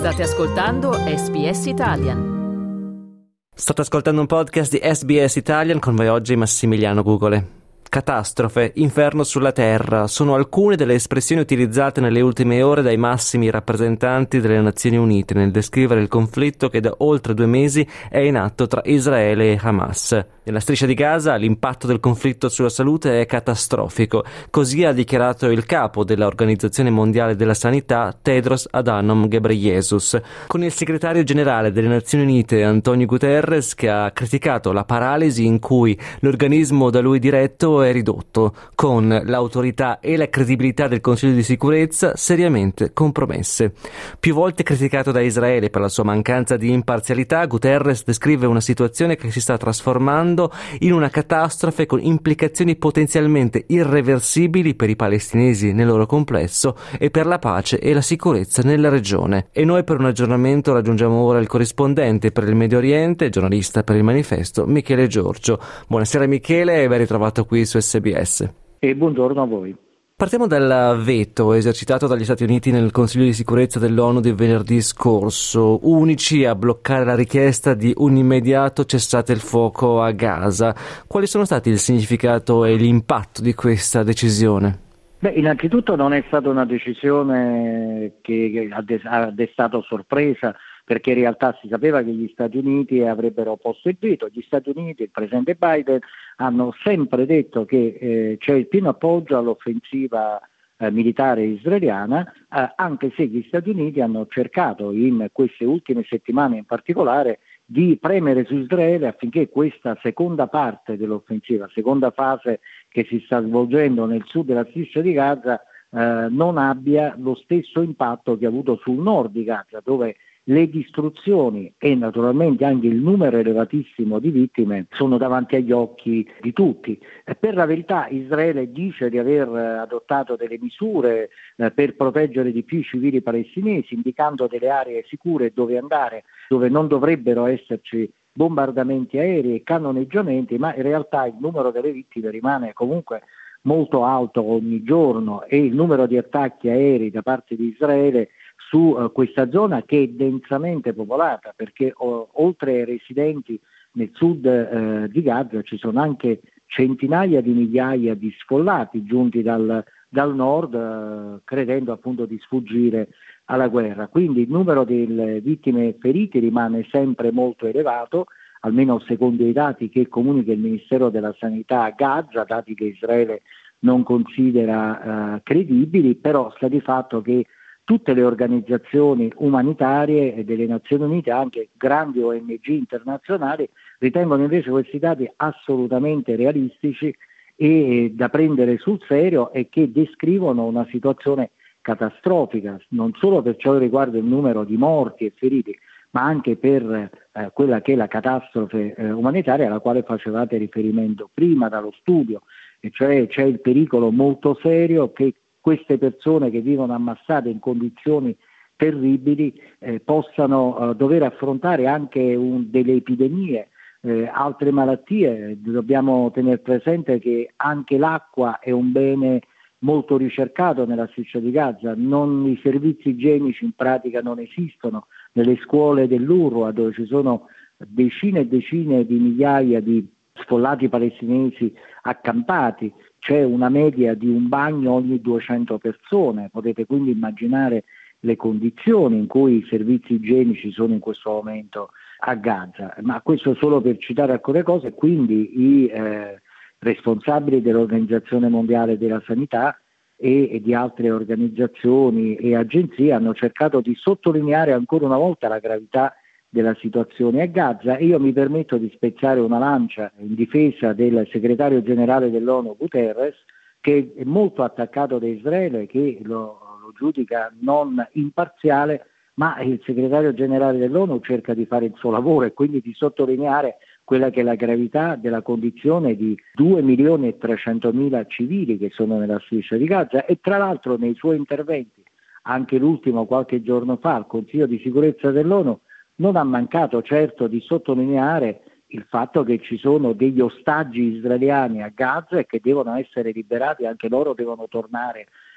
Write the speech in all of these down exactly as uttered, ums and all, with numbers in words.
State ascoltando S B S Italian. State ascoltando un podcast di S B S Italian, con voi oggi Massimiliano Gugole. Catastrofe, inferno sulla terra sono alcune delle espressioni utilizzate nelle ultime ore dai massimi rappresentanti delle Nazioni Unite nel descrivere il conflitto che da oltre due mesi è in atto tra Israele e Hamas. Nella striscia di Gaza l'impatto del conflitto sulla salute è catastrofico, così ha dichiarato il capo dell'Organizzazione Mondiale della Sanità, Tedros Adhanom Ghebreyesus, con il segretario generale delle Nazioni Unite, Antonio Guterres, che ha criticato la paralisi in cui l'organismo da lui diretto è ridotto, con l'autorità e la credibilità del Consiglio di sicurezza seriamente compromesse. Più volte criticato da Israele per la sua mancanza di imparzialità, Guterres descrive una situazione che si sta trasformando in una catastrofe con implicazioni potenzialmente irreversibili per i palestinesi nel loro complesso e per la pace e la sicurezza nella regione. E noi per un aggiornamento raggiungiamo ora il corrispondente per il Medio Oriente, giornalista per il Manifesto, Michele Giorgio. Buonasera Michele e ben ritrovato qui su S B S. E buongiorno a voi. Partiamo dal veto esercitato dagli Stati Uniti nel Consiglio di sicurezza dell'ONU di venerdì scorso, unici a bloccare la richiesta di un immediato cessate il fuoco a Gaza. Quali sono stati il significato e l'impatto di questa decisione? Beh, innanzitutto non è stata una decisione che ha destato sorpresa, perché in realtà si sapeva che gli Stati Uniti avrebbero posto il veto. Gli Stati Uniti, il presidente Biden, hanno sempre detto che eh, c'è il pieno appoggio all'offensiva eh, militare israeliana, eh, anche se gli Stati Uniti hanno cercato in queste ultime settimane in particolare di premere su Israele affinché questa seconda parte dell'offensiva, seconda fase che si sta svolgendo nel sud della striscia di Gaza, eh, non abbia lo stesso impatto che ha avuto sul nord di Gaza, dove le distruzioni e naturalmente anche il numero elevatissimo di vittime sono davanti agli occhi di tutti. Per la verità Israele dice di aver adottato delle misure eh, per proteggere di più i civili palestinesi, indicando delle aree sicure dove andare, dove non dovrebbero esserci bombardamenti aerei e cannoneggiamenti, ma in realtà il numero delle vittime rimane comunque molto alto ogni giorno e il numero di attacchi aerei da parte di Israele su uh, questa zona che è densamente popolata, perché oh, oltre ai residenti nel sud uh, di Gaza ci sono anche centinaia di migliaia di sfollati giunti dal, dal nord uh, credendo appunto di sfuggire alla guerra. Quindi il numero delle vittime ferite rimane sempre molto elevato, almeno secondo i dati che comunica il Ministero della Sanità a Gaza, dati che Israele non considera uh, credibili, però sta di fatto che tutte le organizzazioni umanitarie delle Nazioni Unite, anche grandi O N G internazionali, ritengono invece questi dati assolutamente realistici e da prendere sul serio e che descrivono una situazione catastrofica, non solo per ciò che riguarda il numero di morti e feriti, ma anche per eh, quella che è la catastrofe eh, umanitaria alla quale facevate riferimento prima dallo studio, e cioè c'è il pericolo molto serio che queste persone che vivono ammassate in condizioni terribili eh, possano eh, dover affrontare anche un, delle epidemie, eh, altre malattie. Dobbiamo tenere presente che anche l'acqua è un bene molto ricercato nella striscia di Gaza, non, i servizi igienici in pratica non esistono nelle scuole dell'UNRWA, dove ci sono decine e decine di migliaia di sfollati palestinesi accampati. C'è una media di un bagno ogni duecento persone, potete quindi immaginare le condizioni in cui i servizi igienici sono in questo momento a Gaza, ma questo solo per citare alcune cose. Quindi i eh, responsabili dell'Organizzazione Mondiale della Sanità e, e di altre organizzazioni e agenzie hanno cercato di sottolineare ancora una volta la gravità della situazione a Gaza, e io mi permetto di spezzare una lancia in difesa del segretario generale dell'ONU Guterres, che è molto attaccato da Israele, che lo, lo giudica non imparziale, ma il segretario generale dell'ONU cerca di fare il suo lavoro e quindi di sottolineare quella che è la gravità della condizione di due milioni e trecentomila civili che sono nella striscia di Gaza. E tra l'altro nei suoi interventi, anche l'ultimo qualche giorno fa al Consiglio di sicurezza dell'ONU, non ha mancato certo di sottolineare il fatto che ci sono degli ostaggi israeliani a Gaza e che devono essere liberati, anche loro devono tornare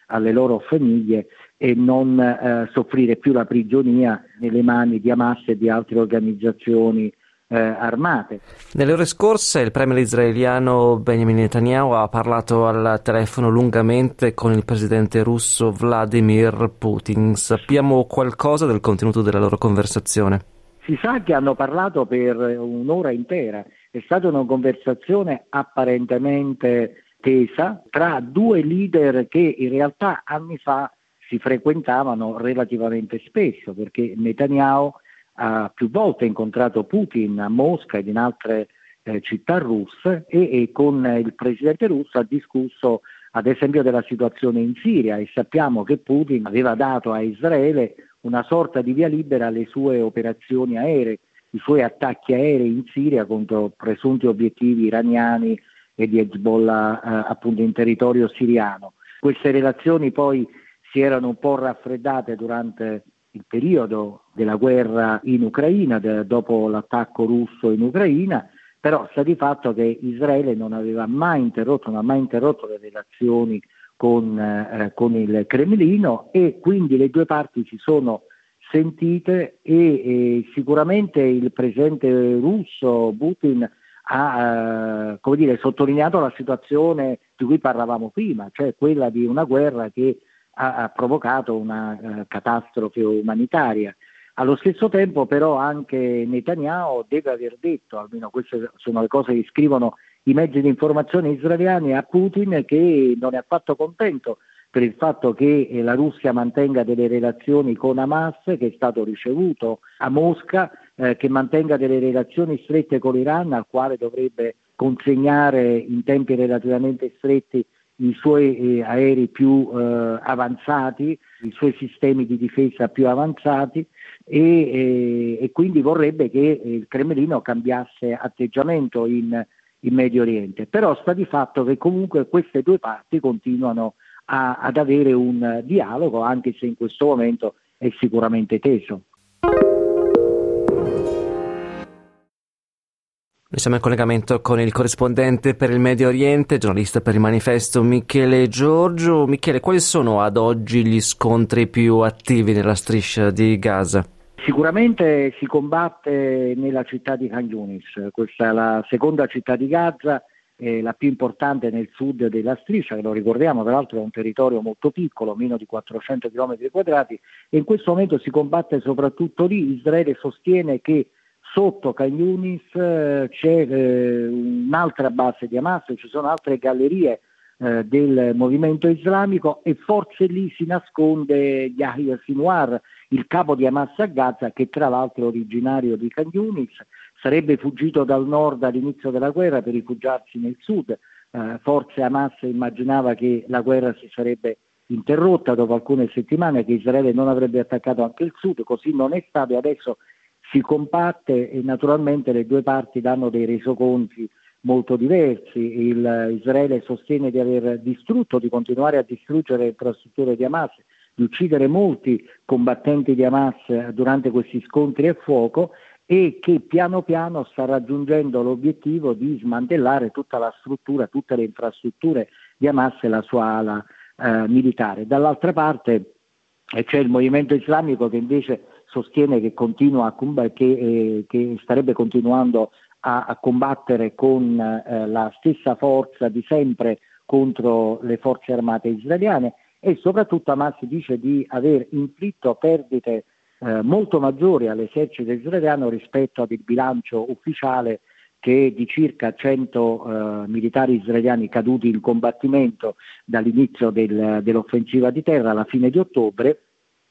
alle loro famiglie e non eh, soffrire più la prigionia nelle mani di Hamas e di altre organizzazioni eh, armate. Nelle ore scorse il premier israeliano Benjamin Netanyahu ha parlato al telefono lungamente con il presidente russo Vladimir Putin. Sappiamo qualcosa del contenuto della loro conversazione? Si sa che hanno parlato per un'ora intera, è stata una conversazione apparentemente tesa tra due leader che in realtà anni fa si frequentavano relativamente spesso, perché Netanyahu ha più volte incontrato Putin a Mosca ed in altre eh, città russe e, e con il presidente russo ha discusso ad esempio della situazione in Siria e sappiamo che Putin aveva dato a Israele una sorta di via libera alle sue operazioni aeree, i suoi attacchi aerei in Siria contro presunti obiettivi iraniani e di Hezbollah eh, appunto in territorio siriano. Queste relazioni poi si erano un po' raffreddate durante il periodo della guerra in Ucraina, de, dopo l'attacco russo in Ucraina, però sta di fatto che Israele non aveva mai interrotto, non ha mai interrotto le relazioni con, eh, con il Cremlino e quindi le due parti si sono sentite e, e sicuramente il presidente russo Putin ha eh, come dire, sottolineato la situazione di cui parlavamo prima, cioè quella di una guerra che ha, ha provocato una uh, catastrofe umanitaria. Allo stesso tempo però anche Netanyahu deve aver detto, almeno queste sono le cose che scrivono i mezzi di informazione israeliani, a Putin che non è affatto contento per il fatto che eh, la Russia mantenga delle relazioni con Hamas, che è stato ricevuto a Mosca, eh, che mantenga delle relazioni strette con l'Iran, al quale dovrebbe consegnare in tempi relativamente stretti i suoi eh, aerei più eh, avanzati, i suoi sistemi di difesa più avanzati e, e, e quindi vorrebbe che il Cremlino cambiasse atteggiamento in, in Medio Oriente. Però sta di fatto che comunque queste due parti continuano a, ad avere un dialogo, anche se in questo momento è sicuramente teso. Noi siamo in collegamento con il corrispondente per il Medio Oriente, giornalista per il Manifesto Michele Giorgio. Michele, quali sono ad oggi gli scontri più attivi nella striscia di Gaza? Sicuramente si combatte nella città di Khan Yunis, questa è la seconda città di Gaza, eh, la più importante nel sud della striscia, che lo ricordiamo peraltro è un territorio molto piccolo, meno di quattrocento chilometri quadrati, e in questo momento si combatte soprattutto lì. Israele sostiene che sotto Khan Yunis eh, c'è eh, un'altra base di Hamas, ci sono altre gallerie eh, del movimento islamico e forse lì si nasconde Yahya Sinwar, il capo di Hamas a Gaza, che tra l'altro è originario di Khan Yunis, sarebbe fuggito dal nord all'inizio della guerra per rifugiarsi nel sud. Eh, forse Hamas immaginava che la guerra si sarebbe interrotta dopo alcune settimane, che Israele non avrebbe attaccato anche il sud, così non è stato e adesso si compatte e naturalmente le due parti danno dei resoconti molto diversi. Il, Israele sostiene di aver distrutto, di continuare a distruggere le infrastrutture di Hamas, di uccidere molti combattenti di Hamas durante questi scontri a fuoco e che piano piano sta raggiungendo l'obiettivo di smantellare tutta la struttura, tutte le infrastrutture di Hamas e la sua ala eh, militare. Dall'altra parte eh, c'è il movimento islamico che invece sostiene che continua a comb- che, eh, che starebbe continuando a, a combattere con eh, la stessa forza di sempre contro le forze armate israeliane e soprattutto Hamas dice di aver inflitto perdite eh, molto maggiori all'esercito israeliano rispetto al bilancio ufficiale, che è di circa cento eh, militari israeliani caduti in combattimento dall'inizio del, dell'offensiva di terra alla fine di ottobre.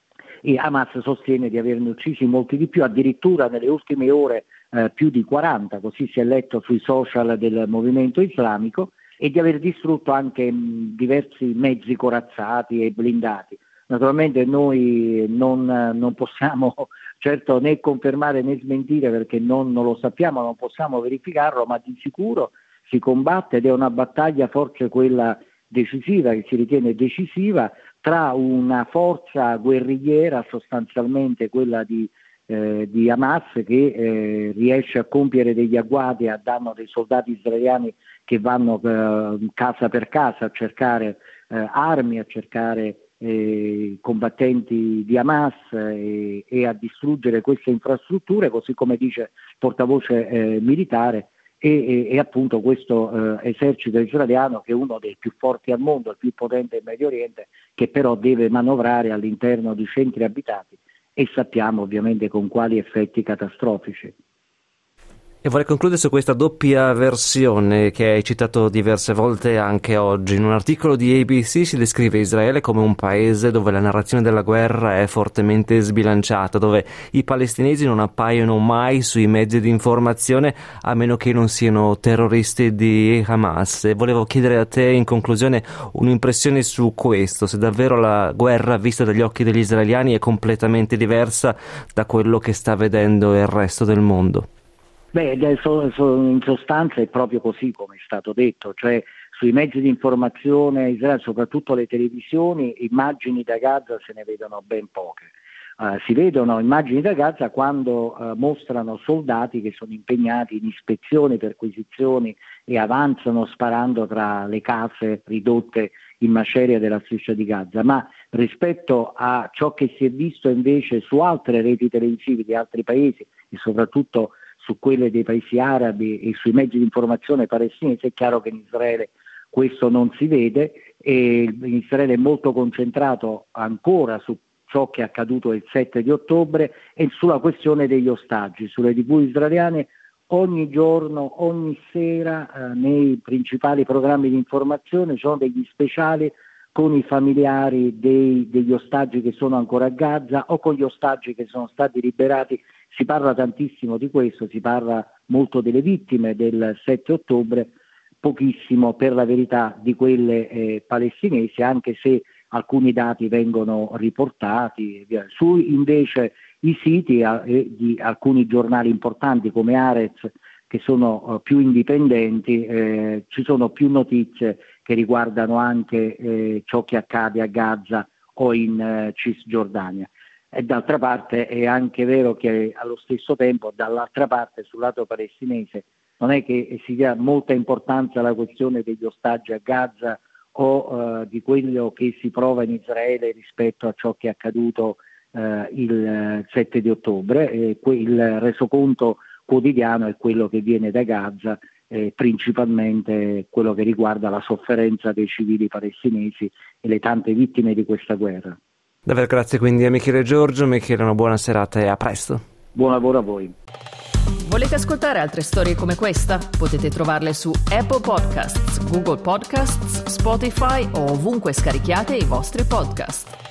E Hamas sostiene di averne uccisi molti di più, addirittura nelle ultime ore eh, più di quaranta, così si è letto sui social del movimento islamico, e di aver distrutto anche mh, diversi mezzi corazzati e blindati. Naturalmente noi non, non possiamo certo né confermare né smentire perché non, non lo sappiamo, non possiamo verificarlo, ma di sicuro si combatte ed è una battaglia forse quella decisiva, che si ritiene decisiva, tra una forza guerrigliera, sostanzialmente quella di, eh, di Hamas, che eh, riesce a compiere degli agguati a danno dei soldati israeliani che vanno eh, casa per casa a cercare eh, armi, a cercare eh, combattenti di Hamas eh, e a distruggere queste infrastrutture, così come dice il portavoce eh, militare, e, e, e appunto questo eh, esercito israeliano, che è uno dei più forti al mondo, il più potente in Medio Oriente, che però deve manovrare all'interno di centri abitati, e sappiamo ovviamente con quali effetti catastrofici. E vorrei concludere su questa doppia versione che hai citato diverse volte anche oggi. In un articolo di A B C si descrive Israele come un paese dove la narrazione della guerra è fortemente sbilanciata, dove i palestinesi non appaiono mai sui mezzi di informazione a meno che non siano terroristi di Hamas. E volevo chiedere a te in conclusione un'impressione su questo, se davvero la guerra vista dagli occhi degli israeliani è completamente diversa da quello che sta vedendo il resto del mondo. Beh, in sostanza è proprio così come è stato detto, cioè sui mezzi di informazione israeliani, soprattutto le televisioni, immagini da Gaza se ne vedono ben poche. Uh, si vedono immagini da Gaza quando uh, mostrano soldati che sono impegnati in ispezioni, perquisizioni e avanzano sparando tra le case ridotte in macerie della striscia di Gaza, ma rispetto a ciò che si è visto invece su altre reti televisive di altri paesi e soprattutto su quelle dei paesi arabi e sui mezzi di informazione palestinesi, è chiaro che in Israele questo non si vede, e in Israele è molto concentrato ancora su ciò che è accaduto il sette di ottobre e sulla questione degli ostaggi. Sulle tivù israeliane ogni giorno, ogni sera, eh, nei principali programmi di informazione ci sono degli speciali con i familiari dei, degli ostaggi che sono ancora a Gaza o con gli ostaggi che sono stati liberati. Si parla tantissimo di questo, si parla molto delle vittime del sette ottobre, pochissimo per la verità di quelle eh, palestinesi, anche se alcuni dati vengono riportati. Su invece i siti eh, di alcuni giornali importanti come Haaretz, che sono uh, più indipendenti, eh, ci sono più notizie che riguardano anche eh, ciò che accade a Gaza o in eh, Cisgiordania. E d'altra parte è anche vero che allo stesso tempo, dall'altra parte, sul lato palestinese, non è che si dia molta importanza alla questione degli ostaggi a Gaza o eh, di quello che si prova in Israele rispetto a ciò che è accaduto eh, il sette di ottobre. E que- il resoconto quotidiano è quello che viene da Gaza, eh, principalmente quello che riguarda la sofferenza dei civili palestinesi e le tante vittime di questa guerra. Davvero grazie quindi a Michele Giorgio. Michele, una buona serata e a presto. Buon lavoro a voi. Volete ascoltare altre storie come questa? Potete trovarle su Apple Podcasts, Google Podcasts, Spotify o ovunque scarichiate i vostri podcast.